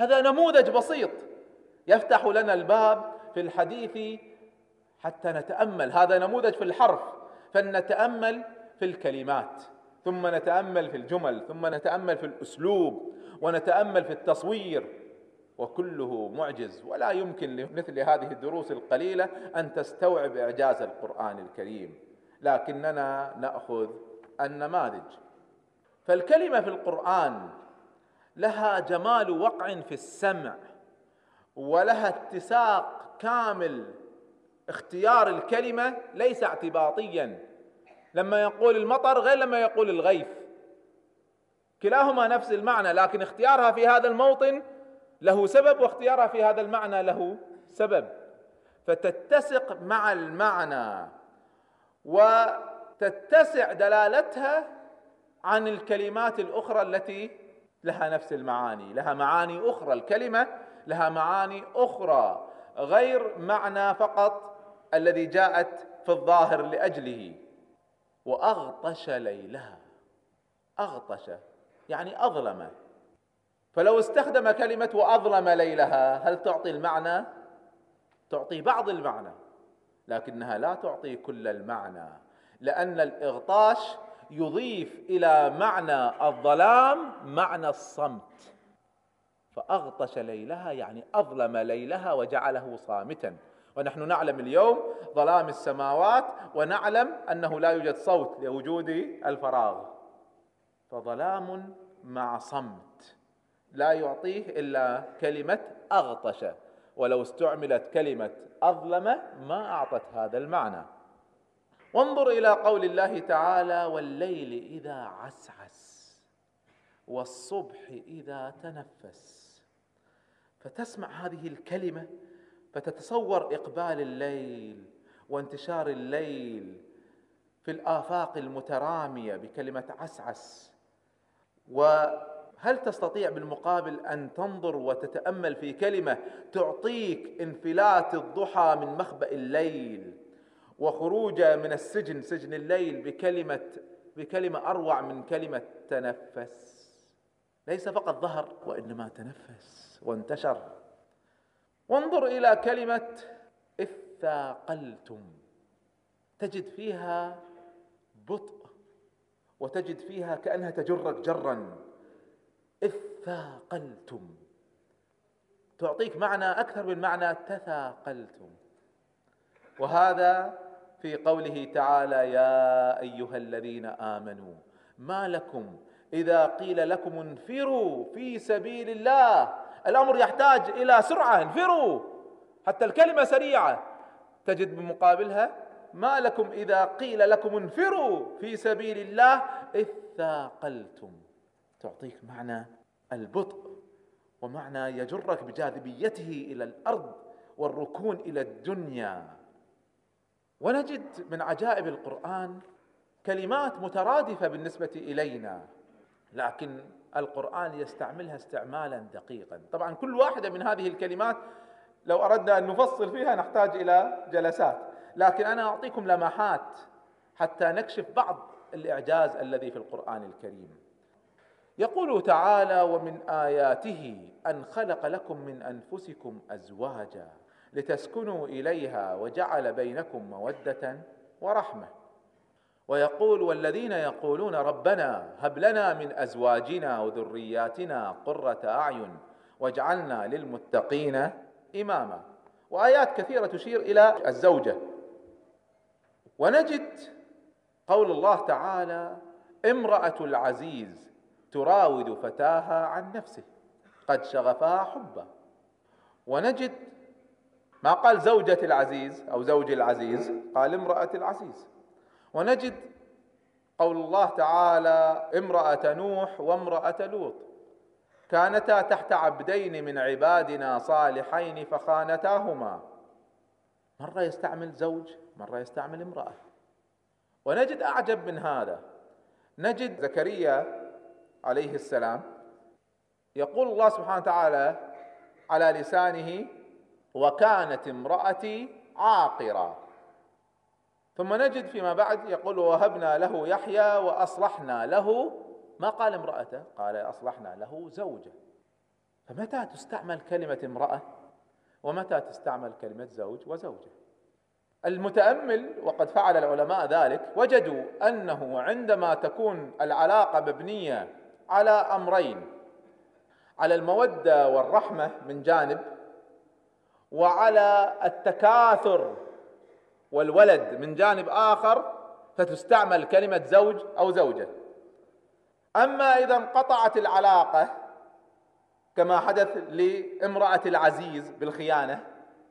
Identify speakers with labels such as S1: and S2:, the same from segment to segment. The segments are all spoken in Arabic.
S1: هذا نموذج بسيط يفتح لنا الباب في الحديث حتى نتأمل. هذا نموذج في الحرف، فلنتأمل في الكلمات، ثم نتأمل في الجمل، ثم نتأمل في الأسلوب، ونتأمل في التصوير، وكله معجز. ولا يمكن لمثل هذه الدروس القليلة أن تستوعب إعجاز القرآن الكريم، لكننا نأخذ النماذج. فالكلمة في القرآن لها جمال وقع في السمع، ولها اتساق كامل. اختيار الكلمة ليس اعتباطيا، لما يقول المطر غير لما يقول الغيث، كلاهما نفس المعنى، لكن اختيارها في هذا الموطن له سبب، واختيارها في هذا المعنى له سبب، فتتسق مع المعنى وتتسع دلالتها عن الكلمات الأخرى التي لها نفس المعاني. لها معاني أخرى، الكلمة لها معاني أخرى غير معنى فقط الذي جاءت في الظاهر لأجله. وأغطش ليلها، أغطش يعني أظلم، فلو استخدم كلمة وأظلم ليلها هل تعطي المعنى؟ تعطي بعض المعنى، لكنها لا تعطي كل المعنى، لأن الإغطاش يضيف إلى معنى الظلام معنى الصمت. فأغطش ليلها يعني أظلم ليلها وجعله صامتا. ونحن نعلم اليوم ظلام السماوات، ونعلم أنه لا يوجد صوت لوجود الفراغ، فظلام مع صمت لا يعطيه إلا كلمة أغطش، ولو استعملت كلمة أظلم ما أعطت هذا المعنى. وانظر إلى قول الله تعالى: والليل إذا عسعس والصبح إذا تنفس. فتسمع هذه الكلمة فتتصور إقبال الليل وانتشار الليل في الآفاق المترامية بكلمة عسعس. وهل تستطيع بالمقابل أن تنظر وتتأمل في كلمة تعطيك انفلات الضحى من مخبأ الليل وخروجه من السجن، سجن الليل، بكلمة أروع من كلمة تنفس؟ ليس فقط ظهر وإنما تنفس وانتشر. وانظر إلى كلمة إذ ثاقلتم، تجد فيها بطء وتجد فيها كأنها تجرك جرا. إذ ثاقلتم تعطيك معنى أكثر من معنى تثاقلتم. وهذا في قوله تعالى: يا أيها الذين آمنوا ما لكم إذا قيل لكم انفروا في سبيل الله. الأمر يحتاج إلى سرعة، انفروا، حتى الكلمة سريعة. تجد بمقابلها: ما لكم إذا قيل لكم انفروا في سبيل الله إذ ثاقلتم. تعطيك معنى البطء، ومعنى يجرك بجاذبيته إلى الأرض والركون إلى الدنيا. ونجد من عجائب القرآن كلمات مترادفة بالنسبة إلينا، لكن القرآن يستعملها استعمالا دقيقا. طبعا كل واحدة من هذه الكلمات لو أردنا أن نفصل فيها نحتاج إلى جلسات، لكن أنا أعطيكم لمحات حتى نكشف بعض الإعجاز الذي في القرآن الكريم. يقول تعالى: ومن آياته أن خلق لكم من أنفسكم أزواجا لتسكنوا إليها وجعل بينكم مودة ورحمة. ويقول: والذين يقولون ربنا هب لنا من أزواجنا وذرياتنا قرة أعين واجعلنا للمتقين إماما. وآيات كثيرة تشير إلى الزوجة. ونجد قول الله تعالى: امرأة العزيز تراود فتاها عن نفسه قد شغفها حبا. ونجد ما قال زوجة العزيز أو زوج العزيز، قال امرأة العزيز. ونجد قول الله تعالى: امرأة نوح وامرأة لوط كانتا تحت عبدين من عبادنا صالحين فخانتاهما. مرة يستعمل زوج، مرة يستعمل امرأة. ونجد أعجب من هذا، نجد زكريا عليه السلام يقول الله سبحانه وتعالى على لسانه: وكانت امرأتي عاقرا. ثم نجد فيما بعد يقول: وهبنا له يحيى وأصلحنا له، ما قال امرأته، قال أصلحنا له زوجه. فمتى تستعمل كلمة امرأة ومتى تستعمل كلمة زوج وزوجة؟ المتأمل، وقد فعل العلماء ذلك، وجدوا أنه عندما تكون العلاقة مبنية على أمرين: على المودة والرحمة من جانب، وعلى التكاثر والولد من جانب آخر، فتستعمل كلمة زوج أو زوجة. أما إذا انقطعت العلاقة كما حدث لامرأة العزيز بالخيانة،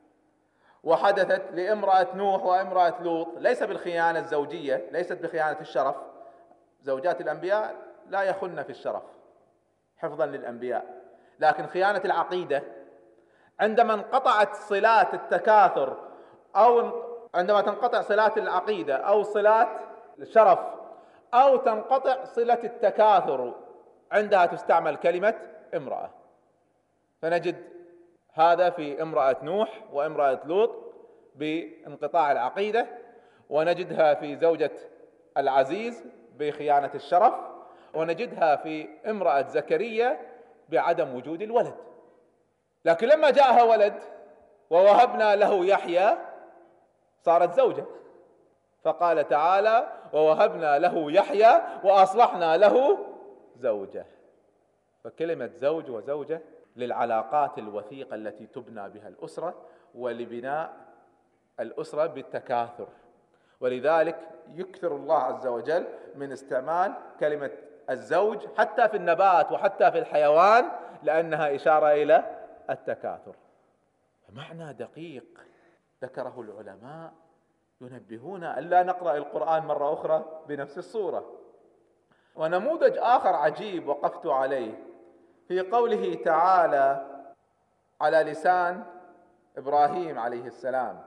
S1: وحدثت لامرأة نوح وامرأة لوط، ليس بالخيانة الزوجية، ليست بخيانة الشرف، زوجات الأنبياء لا يخن في الشرف حفظا للأنبياء، لكن خيانة العقيدة عندما انقطعت صلات التكاثر، أو عندما تنقطع صلات العقيدة أو صلات الشرف، أو تنقطع صلة التكاثر، عندها تستعمل كلمة امرأة. فنجد هذا في امرأة نوح وامرأة لوط بانقطاع العقيدة، ونجدها في زوجة العزيز بخيانة الشرف، ونجدها في امرأة زكريا بعدم وجود الولد. لكن لما جاءها ولد ووهبنا له يحيى صارت زوجة، فقال تعالى: ووهبنا له يحيى وأصلحنا له زوجة. فكلمة زوج وزوجة للعلاقات الوثيقة التي تبنى بها الأسرة، ولبناء الأسرة بالتكاثر. ولذلك يكثر الله عز وجل من استعمال كلمة الزوج حتى في النبات وحتى في الحيوان، لأنها إشارة إلى التكاثر. معنى دقيق ذكره العلماء ينبهون ألا نقرأ القرآن مرة أخرى بنفس الصورة. ونموذج آخر عجيب وقفت عليه في قوله تعالى على لسان إبراهيم عليه السلام،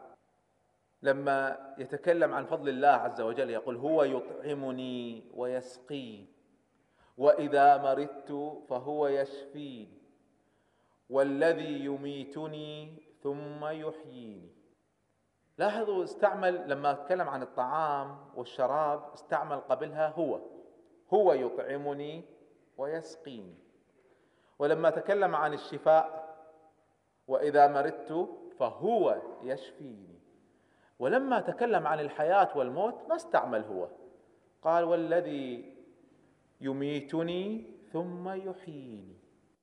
S1: لما يتكلم عن فضل الله عز وجل يقول: هو يطعمني ويسقين، وإذا مرضت فهو يشفين، والذي يميتني ثم يحييني. لاحظوا استعمل لما تكلم عن الطعام والشراب استعمل قبلها هو يطعمني ويسقيني. ولما تكلم عن الشفاء: وإذا مرضت فهو يشفيني. ولما تكلم عن الحياة والموت ما استعمل هو، قال: والذي يميتني ثم يحييني.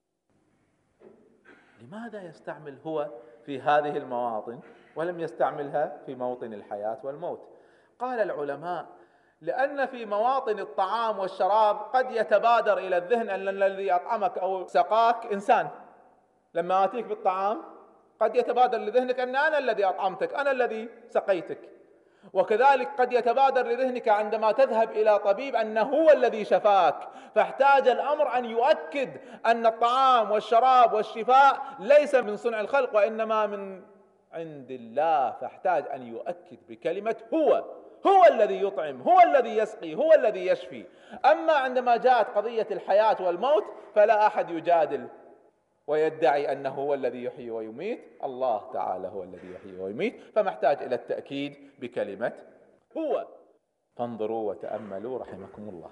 S1: لماذا يستعمل هو في هذه المواطن ولم يستعملها في موطن الحياة والموت؟ قال العلماء: لأن في مواطن الطعام والشراب قد يتبادر إلى الذهن أن الذي أطعمك أو سقاك إنسان. لما آتيك بالطعام قد يتبادر لذهنك أن أنا الذي أطعمتك، أنا الذي سقيتك. وكذلك قد يتبادر لذهنك عندما تذهب إلى طبيب أنه هو الذي شفاك، فاحتاج الأمر أن يؤكد أن الطعام والشراب والشفاء ليس من صنع الخلق وإنما من عند الله، فاحتاج أن يؤكد بكلمة هو الذي يطعم، هو الذي يسقي، هو الذي يشفي. أما عندما جاءت قضية الحياة والموت فلا أحد يجادل ويدعي أنه هو الذي يحيي ويميت، الله تعالى هو الذي يحيي ويميت، فمحتاج إلى التأكيد بكلمة هو. فانظروا وتأملوا رحمكم الله.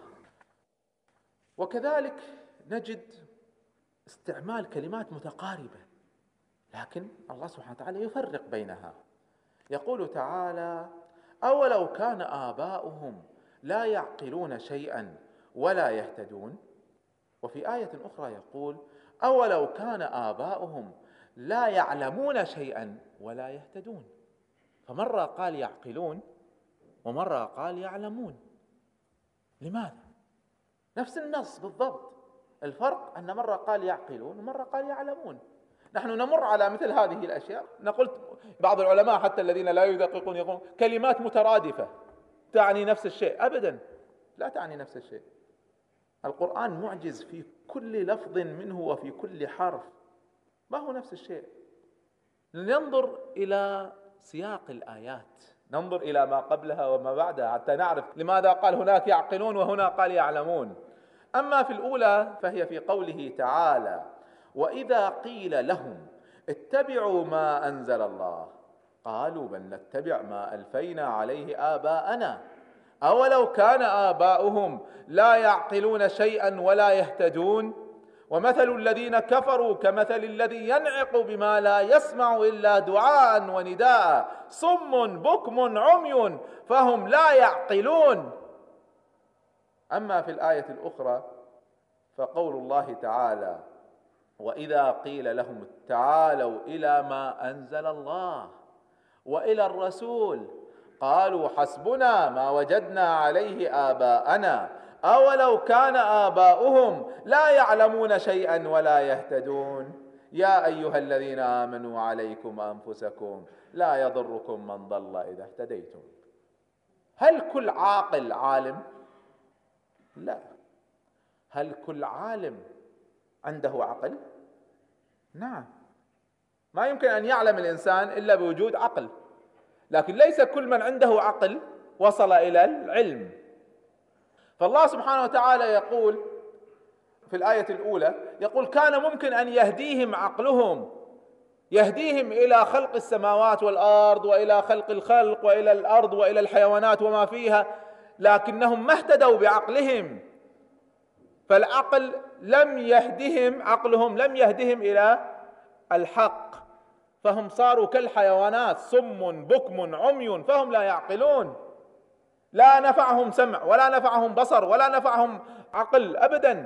S1: وكذلك نجد استعمال كلمات متقاربة، لكن الله سبحانه وتعالى يفرق بينها. يقول تعالى: أولو كان آباؤهم لا يعقلون شيئا ولا يهتدون. وفي آية أخرى يقول: أولو كان آباؤهم لا يعلمون شيئا ولا يهتدون. فمرة قال يعقلون ومرة قال يعلمون. لماذا؟ نفس النص بالضبط، الفرق أن مرة قال يعقلون ومرة قال يعلمون. نحن نمر على مثل هذه الأشياء، نقول بعض العلماء حتى الذين لا يدققون يقولون كلمات مترادفة تعني نفس الشيء. أبدا، لا تعني نفس الشيء. القرآن معجز في كل لفظ منه وفي كل حرف، ما هو نفس الشيء. لننظر إلى سياق الآيات، ننظر إلى ما قبلها وما بعدها حتى نعرف لماذا قال هناك يعقلون وهنا قال يعلمون. أما في الأولى فهي في قوله تعالى: وإذا قيل لهم اتبعوا ما أنزل الله قالوا بل نتبع ما ألفينا عليه آباءنا أولو كان آباؤهم لا يعقلون شيئا ولا يهتدون. ومثل الذين كفروا كمثل الذي ينعق بما لا يسمع إلا دعاء ونداء صم بكم عمي فهم لا يعقلون. أما في الآية الأخرى فقول الله تعالى: وإذا قيل لهم تعالوا إلى ما أنزل الله وإلى الرسول قالوا حسبنا ما وجدنا عليه آباءنا أولو كان آباؤهم لا يعلمون شيئا ولا يهتدون. يا أيها الذين آمنوا عليكم أنفسكم لا يضركم من ضل إذا اهتديتم. هل كل عاقل عالم؟ لا. هل كل عالم عنده عقل؟ نعم. ما يمكن أن يعلم الإنسان إلا بوجود عقل، لكن ليس كل من عنده عقل وصل إلى العلم. فالله سبحانه وتعالى يقول في الآية الأولى، يقول: كان ممكن أن يهديهم عقلهم، يهديهم إلى خلق السماوات والأرض وإلى خلق الخلق وإلى الأرض وإلى الحيوانات وما فيها، لكنهم ما اهتدوا بعقلهم، فالعقل لم يهدهم، عقلهم لم يهدهم إلى الحق، فهم صاروا كالحيوانات صم بكم عمي فهم لا يعقلون. لا نفعهم سمع ولا نفعهم بصر ولا نفعهم عقل أبدا.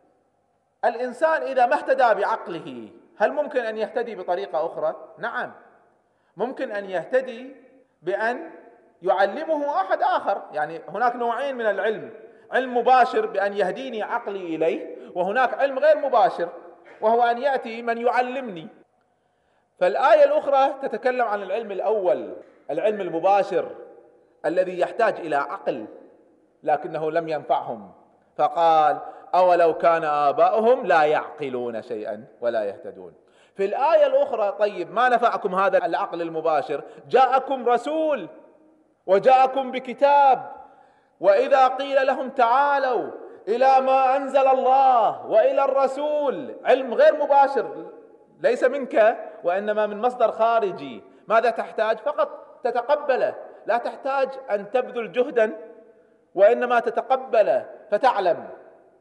S1: الإنسان إذا ما اهتدى بعقله هل ممكن أن يهتدي بطريقة أخرى؟ نعم، ممكن أن يهتدي بأن يعلمه أحد آخر. يعني هناك نوعين من العلم: علم مباشر بأن يهديني عقلي إليه، وهناك علم غير مباشر وهو أن يأتي من يعلمني. فالآية الأخرى تتكلم عن العلم الأول، العلم المباشر الذي يحتاج إلى عقل لكنه لم ينفعهم، فقال: أولو كان آباؤهم لا يعقلون شيئا ولا يهتدون. في الآية الأخرى: طيب ما نفعكم هذا العقل المباشر؟ جاءكم رسول وجاءكم بكتاب، وإذا قيل لهم تعالوا إلى ما أنزل الله وإلى الرسول، علم غير مباشر ليس منك وإنما من مصدر خارجي، ماذا تحتاج؟ فقط تتقبله، لا تحتاج أن تبذل جهدا وإنما تتقبله فتعلم.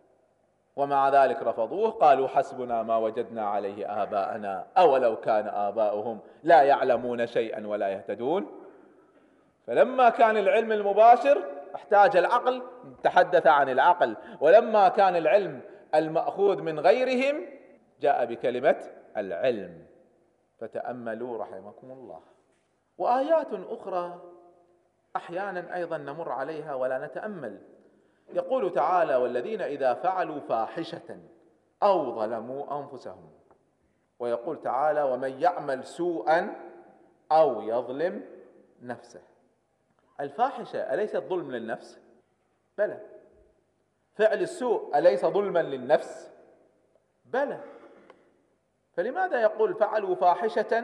S1: ومع ذلك رفضوه، قالوا حسبنا ما وجدنا عليه آباءنا أولو كان آباؤهم لا يعلمون شيئا ولا يهتدون. فلما كان العلم المباشر احتاج العقل، تحدث عن العقل، ولما كان العلم المأخوذ من غيرهم جاء بكلمة العلم. فتأملوا رحمكم الله. وآيات أخرى أحيانا أيضا نمر عليها ولا نتأمل. يقول تعالى: والذين إذا فعلوا فاحشة أو ظلموا أنفسهم. ويقول تعالى: ومن يعمل سوءا أو يظلم نفسه. الفاحشة أليست ظلم للنفس؟ بلى. فعل السوء أليس ظلما للنفس؟ بلى. فلماذا يقول فعلوا فاحشة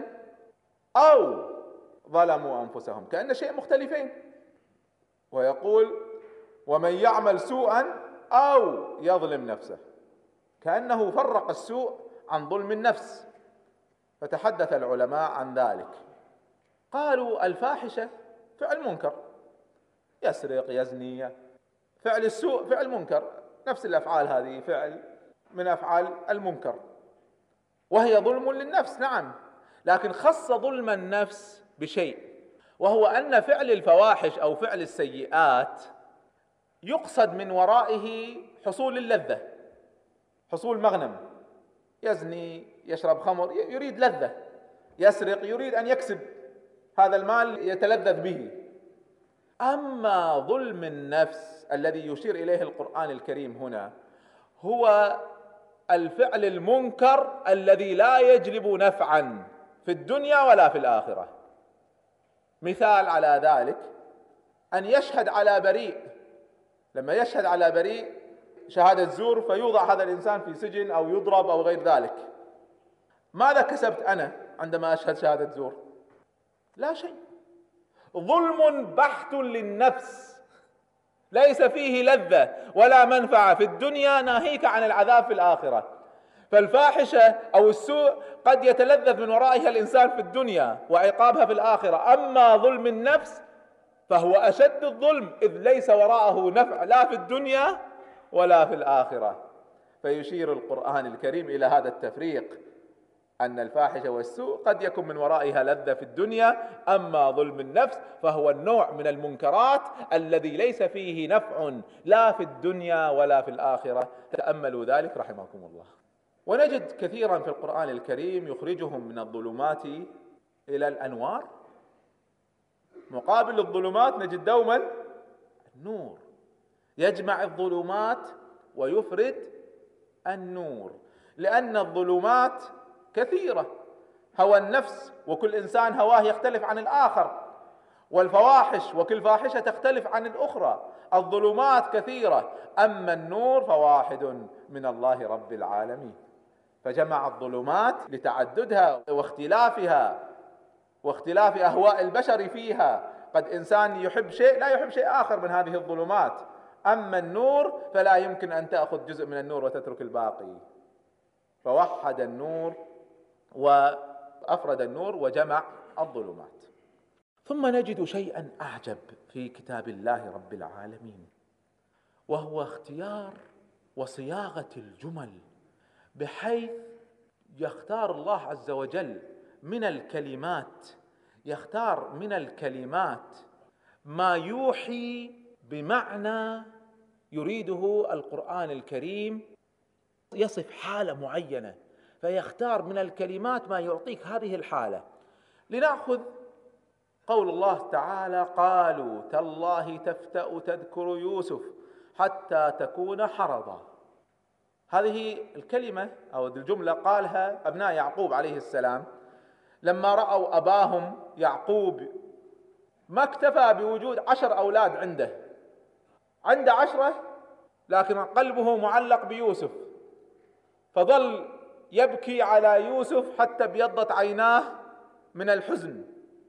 S1: أو ظلموا أنفسهم؟ كأن شيء مختلفين. ويقول: ومن يعمل سوءا أو يظلم نفسه، كأنه فرق السوء عن ظلم النفس. فتحدث العلماء عن ذلك، قالوا: الفاحشة فعل منكر، يسرق يزني، فعل السوء فعل منكر، نفس الأفعال هذه فعل من أفعال المنكر وهي ظلم للنفس. نعم، لكن خص ظلم النفس بشيء، وهو أن فعل الفواحش أو فعل السيئات يقصد من ورائه حصول اللذة، حصول مغنم. يزني، يشرب خمر، يريد لذة، يسرق يريد أن يكسب هذا المال يتلذذ به. أما ظلم النفس الذي يشير إليه القرآن الكريم هنا هو الفعل المنكر الذي لا يجلب نفعا في الدنيا ولا في الآخرة. مثال على ذلك أن يشهد على بريء، لما يشهد على بريء شهادة زور فيوضع هذا الإنسان في سجن أو يضرب أو غير ذلك. ماذا كسبت أنا عندما أشهد شهادة زور؟ لا شيء. ظلم بحت للنفس ليس فيه لذة ولا منفعة في الدنيا، ناهيك عن العذاب في الآخرة. فالفاحشة أو السوء قد يتلذذ من ورائها الإنسان في الدنيا وعقابها في الآخرة، أما ظلم النفس فهو أشد الظلم، إذ ليس وراءه نفع لا في الدنيا ولا في الآخرة. فيشير القرآن الكريم إلى هذا التفريق، أن الفاحشة والسوء قد يكون من ورائها لذة في الدنيا، أما ظلم النفس فهو النوع من المنكرات الذي ليس فيه نفع لا في الدنيا ولا في الآخرة. تأملوا ذلك رحمكم الله. ونجد كثيرا في القرآن الكريم يخرجهم من الظلمات إلى الأنوار، مقابل الظلمات نجد دوما النور، يجمع الظلمات ويفرد النور، لأن الظلمات كثيرة، هوى النفس وكل إنسان هواه يختلف عن الآخر، والفواحش وكل فاحشة تختلف عن الأخرى، الظلمات كثيرة، أما النور فواحد من الله رب العالمين، فجمع الظلمات لتعددها واختلافها واختلاف أهواء البشر فيها، قد إنسان يحب شيء لا يحب شيء آخر من هذه الظلمات، أما النور فلا يمكن أن تأخذ جزء من النور وتترك الباقي، فوحد النور وأفرد النور وجمع الظلمات. ثم نجد شيئا أعجب في كتاب الله رب العالمين، وهو اختيار وصياغة الجمل، بحيث يختار الله عز وجل من الكلمات، يختار من الكلمات ما يوحي بمعنى يريده القرآن الكريم، يصف حالة معينة، فيختار من الكلمات ما يعطيك هذه الحالة. لنأخذ قول الله تعالى: قالوا تالله تفتأ تذكر يوسف حتى تكون حرضا. هذه الكلمة أو الجملة قالها أبناء يعقوب عليه السلام لما رأوا أباهم يعقوب ما اكتفى بوجود 10 أولاد، عنده 10 لكن قلبه معلق بيوسف، فظل يبكي على يوسف حتى ابيضت عيناه من الحزن،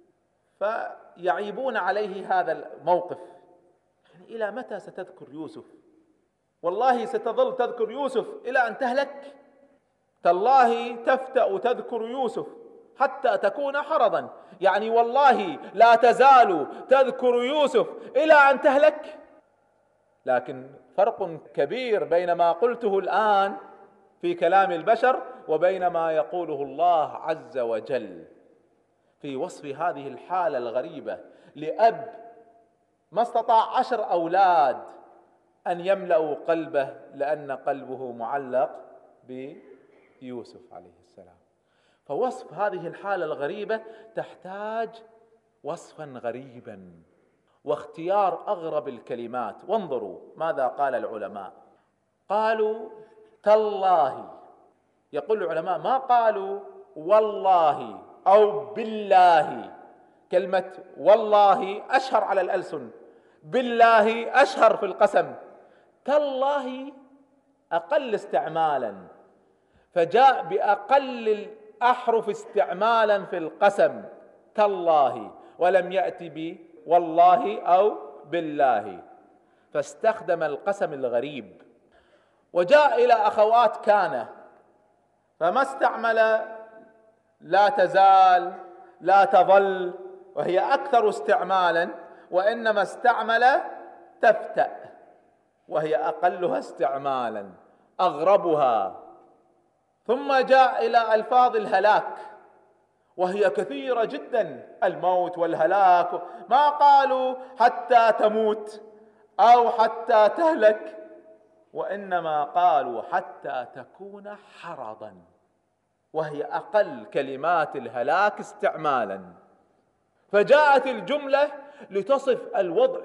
S1: فيعيبون عليه هذا الموقف، يعني إلى متى ستذكر يوسف؟ والله ستظل تذكر يوسف إلى أن تهلك، تالله تفتأ تذكر يوسف حتى تكون حرضا، يعني والله لا تزال تذكر يوسف إلى أن تهلك. لكن فرق كبير بين ما قلته الآن في كلام البشر وبين ما يقوله الله عز وجل في وصف هذه الحالة الغريبة لأب ما استطاع 10 أولاد أن يملأوا قلبه لأن قلبه معلق بيوسف عليه السلام. فوصف هذه الحالة الغريبة تحتاج وصفا غريبا واختيار أغرب الكلمات. وانظروا ماذا قال العلماء، قالوا تالله، يقول العلماء ما قالوا والله أو بالله، كلمة والله أشهر على الألسن، بالله أشهر في القسم، تالله أقل استعمالا، فجاء بأقل الأحرف استعمالا في القسم تالله، ولم يأتي والله أو بالله، فاستخدم القسم الغريب. وجاء إلى أخوات كان فما استعمل لا تزال لا تظل وهي أكثر استعمالا، وإنما استعمل تفتأ وهي أقلها استعمالا أغربها. ثم جاء إلى ألفاظ الهلاك وهي كثيرة جدا، الموت والهلاك، ما قالوا حتى تموت أو حتى تهلك، وإنما قالوا حتى تكون حرضا، وهي أقل كلمات الهلاك استعمالا. فجاءت الجملة لتصف الوضع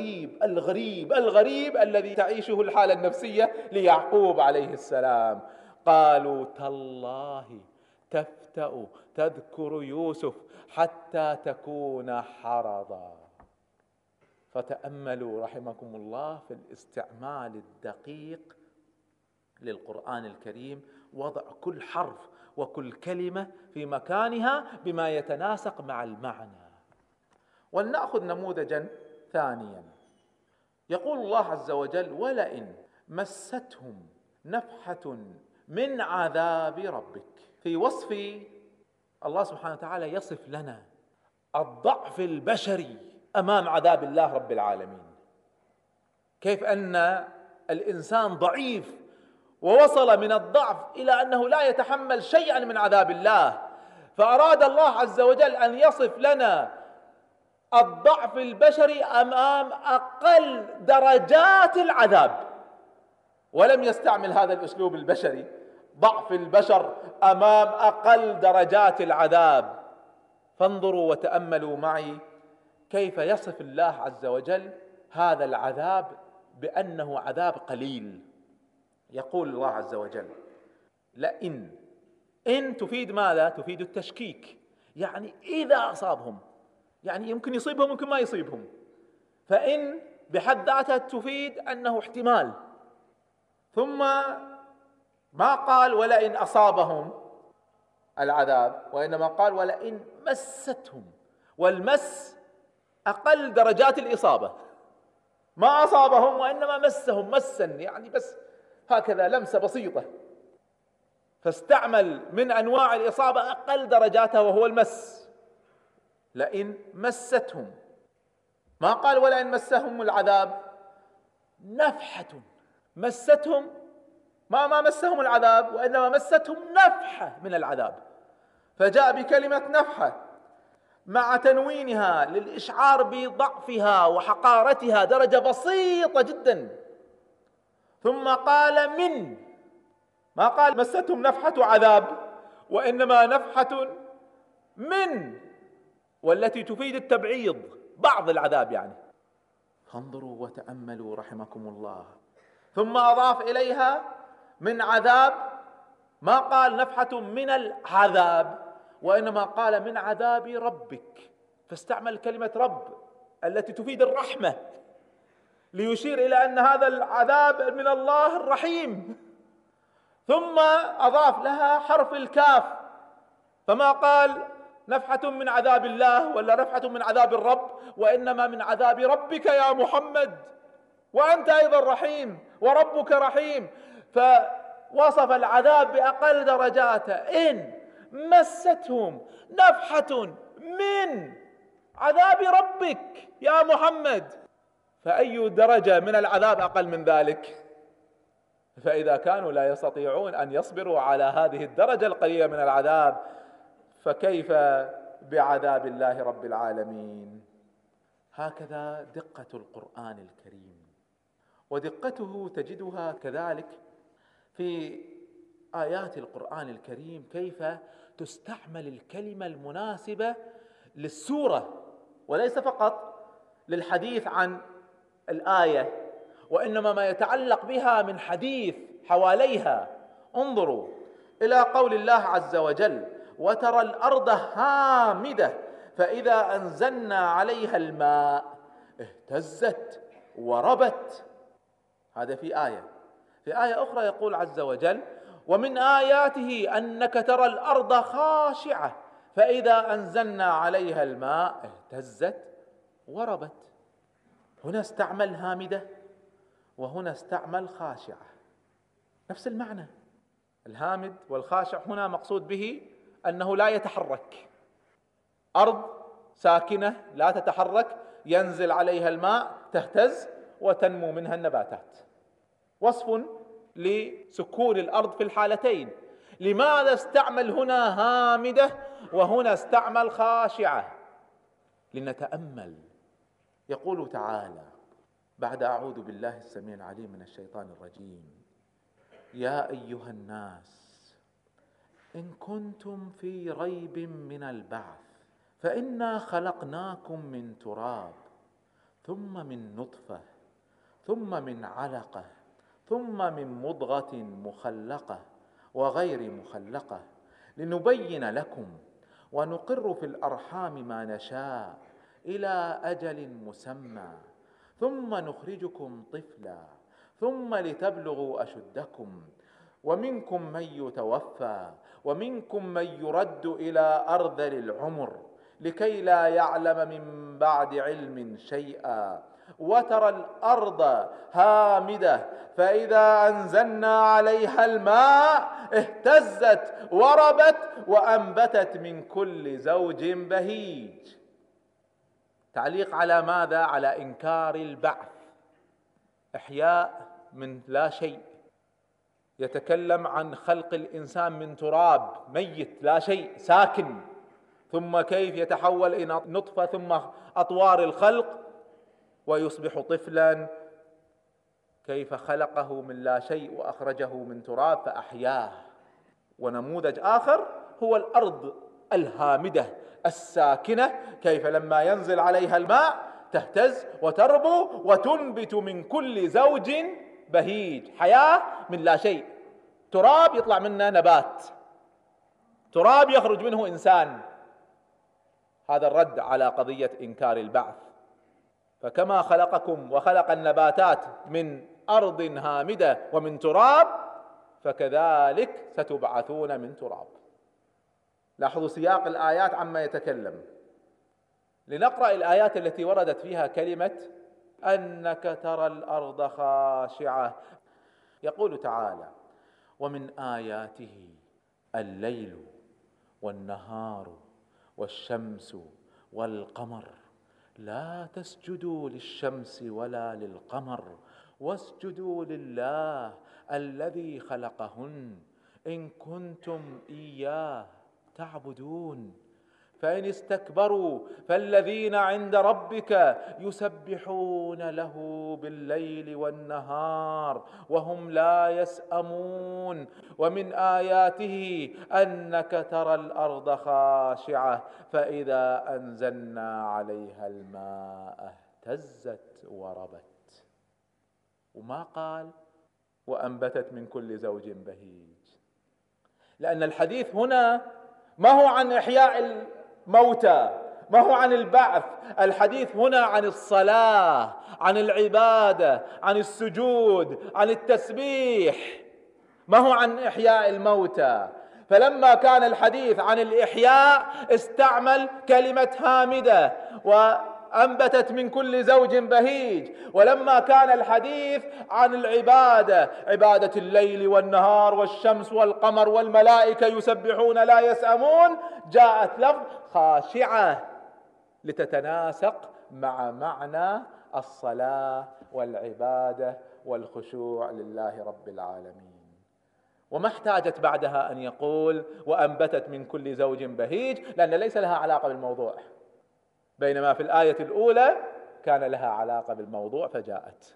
S1: الغريب الذي تعيشه الحالة النفسية ليعقوب عليه السلام. قالوا تالله تفتأ تذكر يوسف حتى تكون حرضا. فتأملوا رحمكم الله في الاستعمال الدقيق للقرآن الكريم، وضع كل حرف وكل كلمة في مكانها بما يتناسق مع المعنى. ولنأخذ نموذجا ثانيا، يقول الله عز وجل: ولئن مستهم نفحة من عذاب ربك. في وصف الله سبحانه وتعالى يصف لنا الضعف البشري أمام عذاب الله رب العالمين، كيف أن الإنسان ضعيف ووصل من الضعف إلى أنه لا يتحمل شيئا من عذاب الله، فأراد الله عز وجل أن يصف لنا الضعف البشري أمام أقل درجات العذاب، ولم يستعمل هذا الأسلوب البشري، ضعف البشر أمام أقل درجات العذاب. فانظروا وتأملوا معي كيف يصف الله عز وجل هذا العذاب بأنه عذاب قليل. يقول الله عز وجل: لئن، إن تفيد ماذا؟ تفيد التشكيك، يعني إذا أصابهم، يعني يمكن يصيبهم يمكن ما يصيبهم، فإن بحد ذاتها تفيد أنه احتمال. ثم ما قال ولئن أصابهم العذاب، وإنما قال ولئن مستهم، والمس أقل درجات الإصابة، ما أصابهم وإنما مسهم مسا، يعني بس هكذا لمسة بسيطة، فاستعمل من أنواع الإصابة أقل درجاتها وهو المس. لئن مستهم، ما قال ولئن مسهم العذاب، نفحة مستهم، ما مسهم العذاب وإنما مستهم نفحة من العذاب، فجاء بكلمة نفحة مع تنوينها للإشعار بضعفها وحقارتها درجة بسيطة جدا. ثم قال من، ما قال مستهم نفحة عذاب وإنما نفحة من، والتي تفيد التبعيض، بعض العذاب يعني. فانظروا وتأملوا رحمكم الله. ثم أضاف إليها من عذاب، ما قال نفحة من العذاب وإنما قال من عذاب ربك، فاستعمل كلمة رب التي تفيد الرحمة ليشير إلى أن هذا العذاب من الله الرحيم. ثم أضاف لها حرف الكاف، فما قال نفحة من عذاب الله ولا نفحة من عذاب الرب، وإنما من عذاب ربك يا محمد، وأنت أيضا رحيم وربك رحيم. فوصف العذاب بأقل درجاته: إن مستهم نفحة من عذاب ربك يا محمد، فأي درجة من العذاب أقل من ذلك؟ فإذا كانوا لا يستطيعون أن يصبروا على هذه الدرجة القليلة من العذاب، فكيف بعذاب الله رب العالمين؟ هكذا دقة القرآن الكريم، ودقته تجدها كذلك في آيات القرآن الكريم، كيف تستعمل الكلمة المناسبة للسورة، وليس فقط للحديث عن الآية، وإنما ما يتعلق بها من حديث حواليها. انظروا إلى قول الله عز وجل: وترى الأرض هامدة فإذا أنزلنا عليها الماء اهتزت وربت. هذا في آية. في آية أخرى يقول عز وجل: ومن آياته أنك ترى الأرض خاشعة فإذا أنزلنا عليها الماء اهتزت وربت. هنا استعمل هامدة وهنا استعمل خاشعة، نفس المعنى. الهامد والخاشع هنا مقصود به أنه لا يتحرك، أرض ساكنة لا تتحرك، ينزل عليها الماء تهتز وتنمو منها النباتات، وصف لسكون الأرض في الحالتين. لماذا استعمل هنا هامدة وهنا استعمل خاشعة؟ لنتأمل. يقول تعالى بعد: أعوذ بالله السميع العليم من الشيطان الرجيم: يا أيها الناس إن كنتم في ريب من البعث فإنا خلقناكم من تراب ثم من نطفة ثم من علقة ثم من مضغة مخلقة وغير مخلقة لنبين لكم ونقر في الأرحام ما نشاء إلى أجل مسمى ثم نخرجكم طفلا ثم لتبلغوا أشدكم ومنكم من يتوفى ومنكم من يرد إلى أرذل العمر لكي لا يعلم من بعد علم شيئا وترى الأرض هامدة فإذا أنزلنا عليها الماء اهتزت وربت وأنبتت من كل زوج بهيج. تعليق على ماذا؟ على إنكار البعث، إحياء من لا شيء. يتكلم عن خلق الإنسان من تراب ميت لا شيء ساكن، ثم كيف يتحول إلى نطفة، ثم أطوار الخلق ويصبح طفلا، كيف خلقه من لا شيء وأخرجه من تراب فأحياه. ونموذج آخر هو الأرض الهامدة الساكنة، كيف لما ينزل عليها الماء تهتز وتربو وتنبت من كل زوج بهيج. حياة من لا شيء، تراب يطلع منه نبات، تراب يخرج منه إنسان. هذا الرد على قضية إنكار البعث. فكما خلقكم وخلق النباتات من أرض هامدة ومن تراب، فكذلك ستبعثون من تراب. لاحظوا سياق الآيات عما يتكلم. لنقرأ الآيات التي وردت فيها كلمة أنك ترى الأرض خاشعة. يقول تعالى: ومن آياته الليل والنهار والشمس والقمر لا تسجدوا للشمس ولا للقمر واسجدوا لله الذي خلقهن إن كنتم إياه تعبدون. فإن استكبروا فالذين عند ربك يسبحون له بالليل والنهار وهم لا يسأمون. ومن آياته أنك ترى الأرض خاشعة فإذا أنزلنا عليها الماء اهتزت وربت. وما قال وأنبتت من كل زوج بهيج، لأن الحديث هنا ما هو عن إحياء الموتى، ما هو عن البعث. الحديث هنا عن الصلاة، عن العبادة، عن السجود، عن التسبيح، ما هو عن إحياء الموتى. فلما كان الحديث عن الإحياء استعمل كلمة هامدة وأنبتت من كل زوج بهيج، ولما كان الحديث عن العبادة، عبادة الليل والنهار والشمس والقمر والملائكة يسبحون لا يسأمون، جاءت لفظ خاشعة لتتناسق مع معنى الصلاة والعبادة والخشوع لله رب العالمين. وما احتاجت بعدها أن يقول وأنبتت من كل زوج بهيج، لأن ليس لها علاقة بالموضوع، بينما في الآية الأولى كان لها علاقة بالموضوع فجاءت.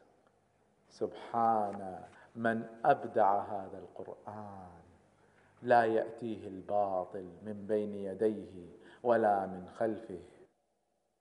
S1: سبحان من أبدع هذا القرآن، لا يأتيه الباطل من بين يديه ولا من خلفه